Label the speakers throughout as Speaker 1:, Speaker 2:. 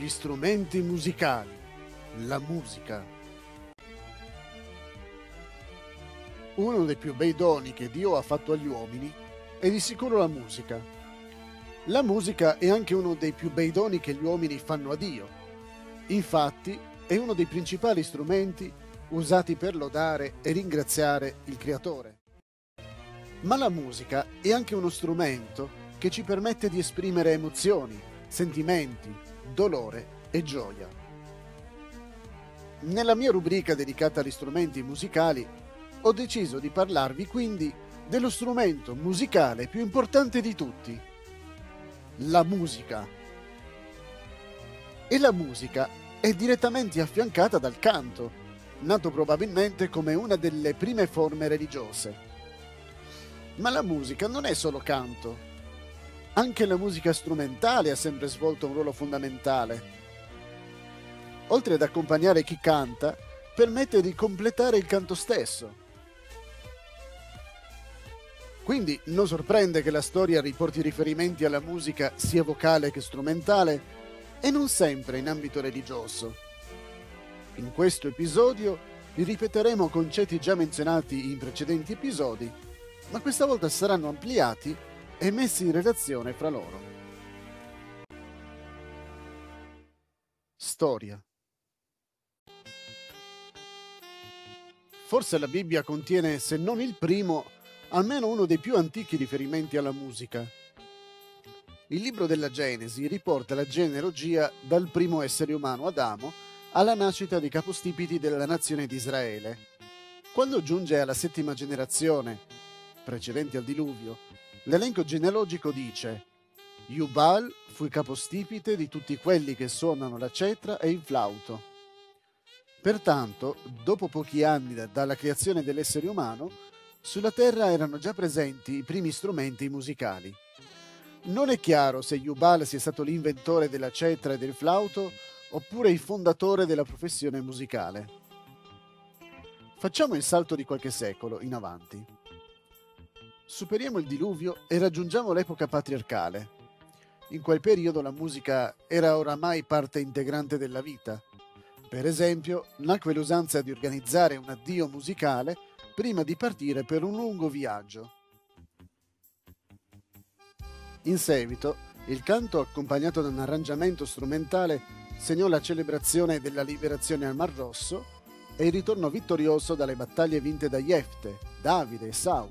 Speaker 1: Gli strumenti musicali, la musica. Uno dei più bei doni che Dio ha fatto agli uomini è di sicuro la musica. La musica è anche uno dei più bei doni che gli uomini fanno a Dio. Infatti, è uno dei principali strumenti usati per lodare e ringraziare il Creatore. Ma la musica è anche uno strumento che ci permette di esprimere emozioni, sentimenti, dolore e gioia. Nella mia rubrica dedicata agli strumenti musicali ho deciso di parlarvi quindi dello strumento musicale più importante di tutti, la musica. E la musica è direttamente affiancata dal canto, nato probabilmente come una delle prime forme religiose. Ma la musica non è solo canto. Anche la musica strumentale ha sempre svolto un ruolo fondamentale. Oltre ad accompagnare chi canta, permette di completare il canto stesso. Quindi non sorprende che la storia riporti riferimenti alla musica sia vocale che strumentale e non sempre in ambito religioso. In questo episodio ripeteremo concetti già menzionati in precedenti episodi, ma questa volta saranno ampliati e messi in relazione fra loro. Storia. Forse la Bibbia contiene, se non il primo, almeno uno dei più antichi riferimenti alla musica. Il libro della Genesi riporta la genealogia dal primo essere umano, Adamo, alla nascita dei capostipiti della nazione di Israele. Quando giunge alla settima generazione, precedente al diluvio, l'elenco genealogico dice: Jubal fu il capostipite di tutti quelli che suonano la cetra e il flauto. Pertanto, dopo pochi anni dalla creazione dell'essere umano, sulla terra erano già presenti i primi strumenti musicali. Non è chiaro se Jubal sia stato l'inventore della cetra e del flauto oppure il fondatore della professione musicale. Facciamo il salto di qualche secolo in avanti. Superiamo il diluvio e raggiungiamo l'epoca patriarcale. In quel periodo la musica era oramai parte integrante della vita. Per esempio, nacque l'usanza di organizzare un addio musicale prima di partire per un lungo viaggio. In seguito, il canto accompagnato da un arrangiamento strumentale segnò la celebrazione della liberazione al Mar Rosso e il ritorno vittorioso dalle battaglie vinte da Jefte, Davide e Saul.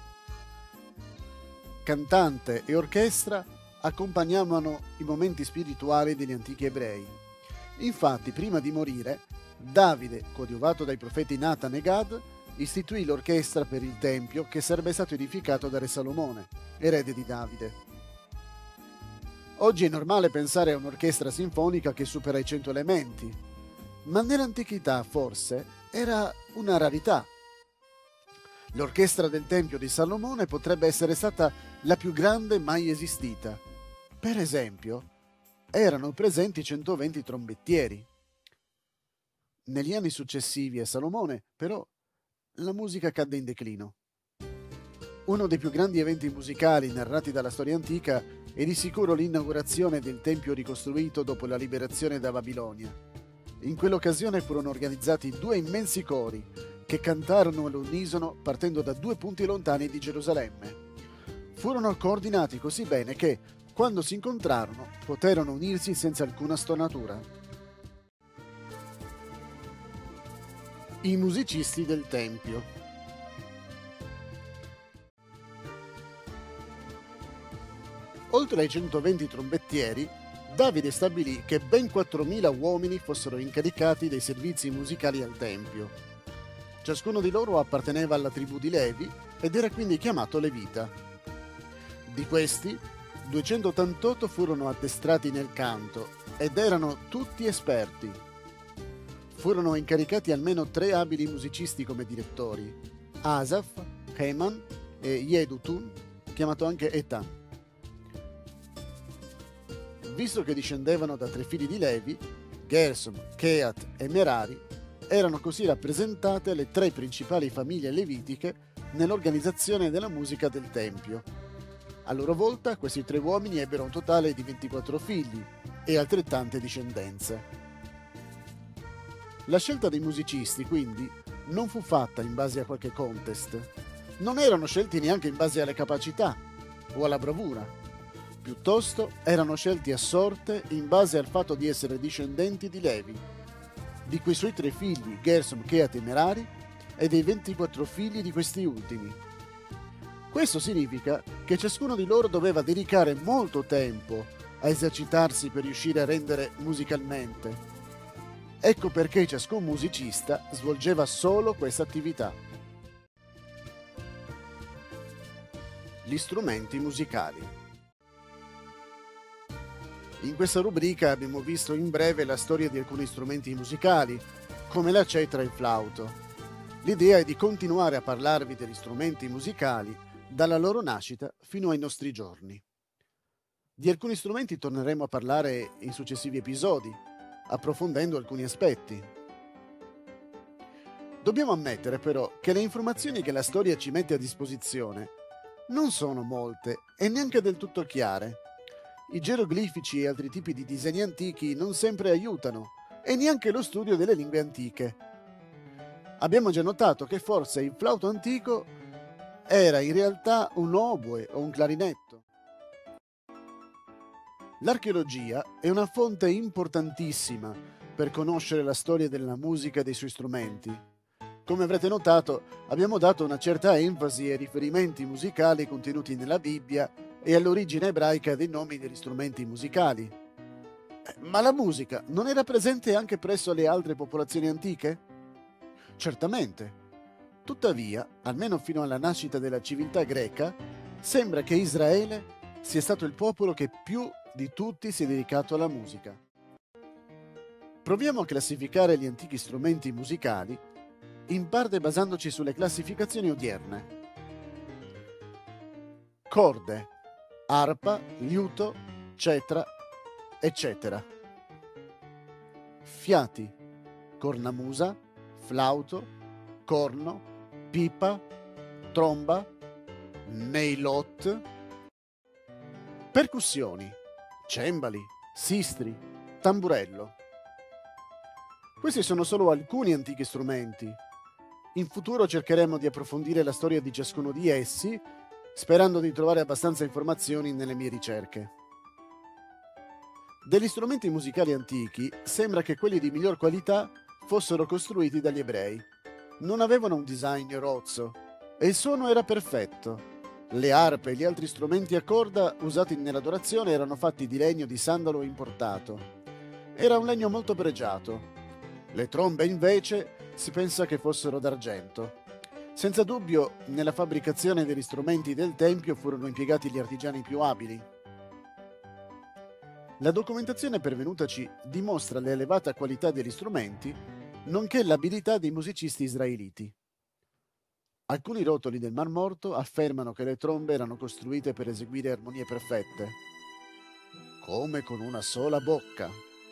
Speaker 1: Cantante e orchestra accompagnavano i momenti spirituali degli antichi ebrei. Infatti, prima di morire, Davide, coadiuvato dai profeti Nathan e Gad, istituì l'orchestra per il Tempio che sarebbe stato edificato da Re Salomone, erede di Davide. Oggi è normale pensare a un'orchestra sinfonica che supera i 100 elementi, ma nell'antichità forse era una rarità. L'orchestra del Tempio di Salomone potrebbe essere stata la più grande mai esistita. Per esempio, erano presenti 120 trombettieri. Negli anni successivi a Salomone, però, la musica cadde in declino. Uno dei più grandi eventi musicali narrati dalla storia antica è di sicuro l'inaugurazione del Tempio ricostruito dopo la liberazione da Babilonia. In quell'occasione furono organizzati 2 immensi cori che cantarono all'unisono partendo da 2 punti lontani di Gerusalemme. Furono coordinati così bene che, quando si incontrarono, poterono unirsi senza alcuna stonatura. I musicisti del Tempio. Oltre ai 120 trombettieri, Davide stabilì che ben 4.000 uomini fossero incaricati dei servizi musicali al Tempio. Ciascuno di loro apparteneva alla tribù di Levi ed era quindi chiamato Levita. Di questi, 288 furono addestrati nel canto ed erano tutti esperti. Furono incaricati almeno 3 abili musicisti come direttori: Asaf, Heman e Yedutun, chiamato anche Etan. Visto che discendevano da 3 figli di Levi, Gerson, Kehat e Merari, erano così rappresentate le 3 principali famiglie levitiche nell'organizzazione della musica del Tempio. A loro volta questi 3 uomini ebbero un totale di 24 figli, e altrettante discendenze. La scelta dei musicisti, quindi, non fu fatta in base a qualche contest. Non erano scelti neanche in base alle capacità o alla bravura. Piuttosto erano scelti a sorte in base al fatto di essere discendenti di Levi, di quei suoi 3 figli, Gersom, Kehat e Merari, e dei 24 figli di questi ultimi. Questo significa che ciascuno di loro doveva dedicare molto tempo a esercitarsi per riuscire a rendere musicalmente. Ecco perché ciascun musicista svolgeva solo questa attività. Gli strumenti musicali. In questa rubrica abbiamo visto in breve la storia di alcuni strumenti musicali, come la cetra e il flauto. L'idea è di continuare a parlarvi degli strumenti musicali dalla loro nascita fino ai nostri giorni. Di alcuni strumenti torneremo a parlare in successivi episodi, approfondendo alcuni aspetti. Dobbiamo ammettere però che le informazioni che la storia ci mette a disposizione non sono molte e neanche del tutto chiare. I geroglifici e altri tipi di disegni antichi non sempre aiutano, e neanche lo studio delle lingue antiche. Abbiamo già notato che forse il flauto antico era in realtà un oboe o un clarinetto. L'archeologia è una fonte importantissima per conoscere la storia della musica e dei suoi strumenti. Come avrete notato, abbiamo dato una certa enfasi ai riferimenti musicali contenuti nella Bibbia e all'origine ebraica dei nomi degli strumenti musicali. Ma la musica non era presente anche presso le altre popolazioni antiche? Certamente. Tuttavia, almeno fino alla nascita della civiltà greca, sembra che Israele sia stato il popolo che più di tutti si è dedicato alla musica. Proviamo a classificare gli antichi strumenti musicali, in parte basandoci sulle classificazioni odierne. Corde, arpa, liuto, cetra, eccetera. Fiati, cornamusa, flauto, corno, pipa, tromba, neilot. Percussioni, cembali, sistri, tamburello. Questi sono solo alcuni antichi strumenti. In futuro cercheremo di approfondire la storia di ciascuno di essi, sperando di trovare abbastanza informazioni nelle mie ricerche. Degli strumenti musicali antichi sembra che quelli di miglior qualità fossero costruiti dagli ebrei. Non avevano un design rozzo e il suono era perfetto. Le arpe e gli altri strumenti a corda usati nell'adorazione erano fatti di legno di sandalo importato. Era un legno molto pregiato. Le trombe, invece, si pensa che fossero d'argento. Senza dubbio, nella fabbricazione degli strumenti del Tempio furono impiegati gli artigiani più abili. La documentazione pervenutaci dimostra l'elevata qualità degli strumenti, nonché l'abilità dei musicisti israeliti. Alcuni rotoli del Mar Morto affermano che le trombe erano costruite per eseguire armonie perfette, come con una sola bocca.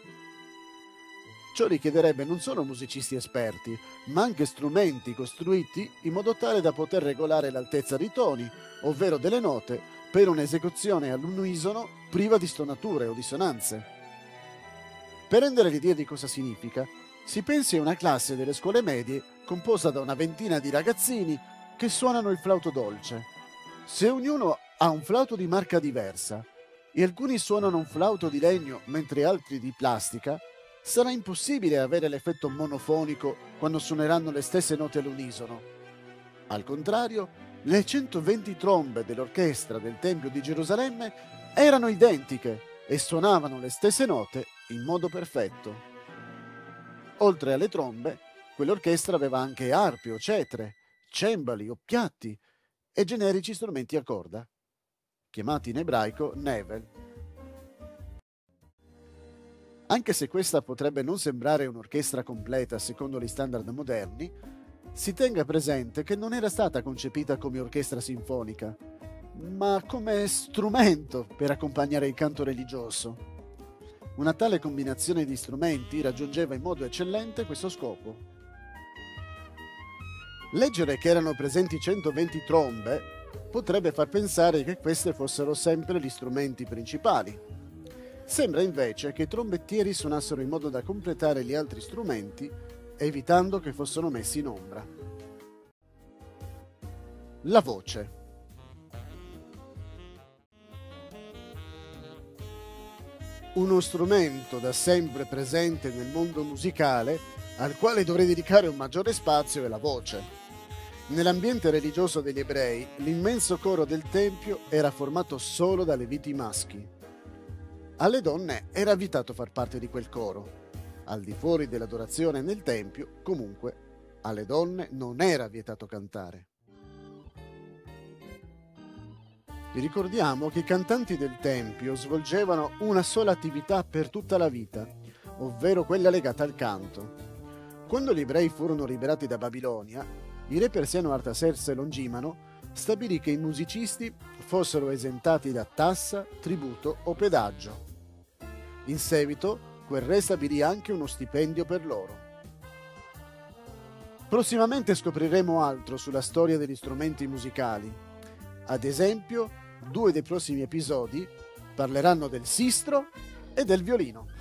Speaker 1: Ciò richiederebbe non solo musicisti esperti, ma anche strumenti costruiti in modo tale da poter regolare l'altezza dei toni, ovvero delle note, per un'esecuzione all'unisono priva di stonature o dissonanze. Per rendere l'idea di cosa significa, si pensi a una classe delle scuole medie composta da una ventina di ragazzini che suonano il flauto dolce. Se ognuno ha un flauto di marca diversa e alcuni suonano un flauto di legno mentre altri di plastica, sarà impossibile avere l'effetto monofonico quando suoneranno le stesse note all'unisono. Al contrario, le 120 trombe dell'orchestra del Tempio di Gerusalemme erano identiche e suonavano le stesse note in modo perfetto. Oltre alle trombe, quell'orchestra aveva anche arpe o cetre, cembali o piatti e generici strumenti a corda, chiamati in ebraico nevel. Anche se questa potrebbe non sembrare un'orchestra completa secondo gli standard moderni, si tenga presente che non era stata concepita come orchestra sinfonica, ma come strumento per accompagnare il canto religioso. Una tale combinazione di strumenti raggiungeva in modo eccellente questo scopo. Leggere che erano presenti 120 trombe potrebbe far pensare che queste fossero sempre gli strumenti principali. Sembra invece che i trombettieri suonassero in modo da completare gli altri strumenti, evitando che fossero messi in ombra. La voce. Uno strumento da sempre presente nel mondo musicale, al quale dovrei dedicare un maggiore spazio, è la voce. Nell'ambiente religioso degli ebrei, l'immenso coro del tempio era formato solo da leviti maschi. Alle donne era vietato far parte di quel coro. Al di fuori dell'adorazione nel tempio, comunque, alle donne non era vietato cantare. Vi ricordiamo che i cantanti del Tempio svolgevano una sola attività per tutta la vita, ovvero quella legata al canto. Quando gli ebrei furono liberati da Babilonia, il re persiano Artaserse Longimano stabilì che i musicisti fossero esentati da tassa, tributo o pedaggio. In seguito, quel re stabilì anche uno stipendio per loro. Prossimamente scopriremo altro sulla storia degli strumenti musicali. Ad esempio, 2 dei prossimi episodi parleranno del sistro e del violino.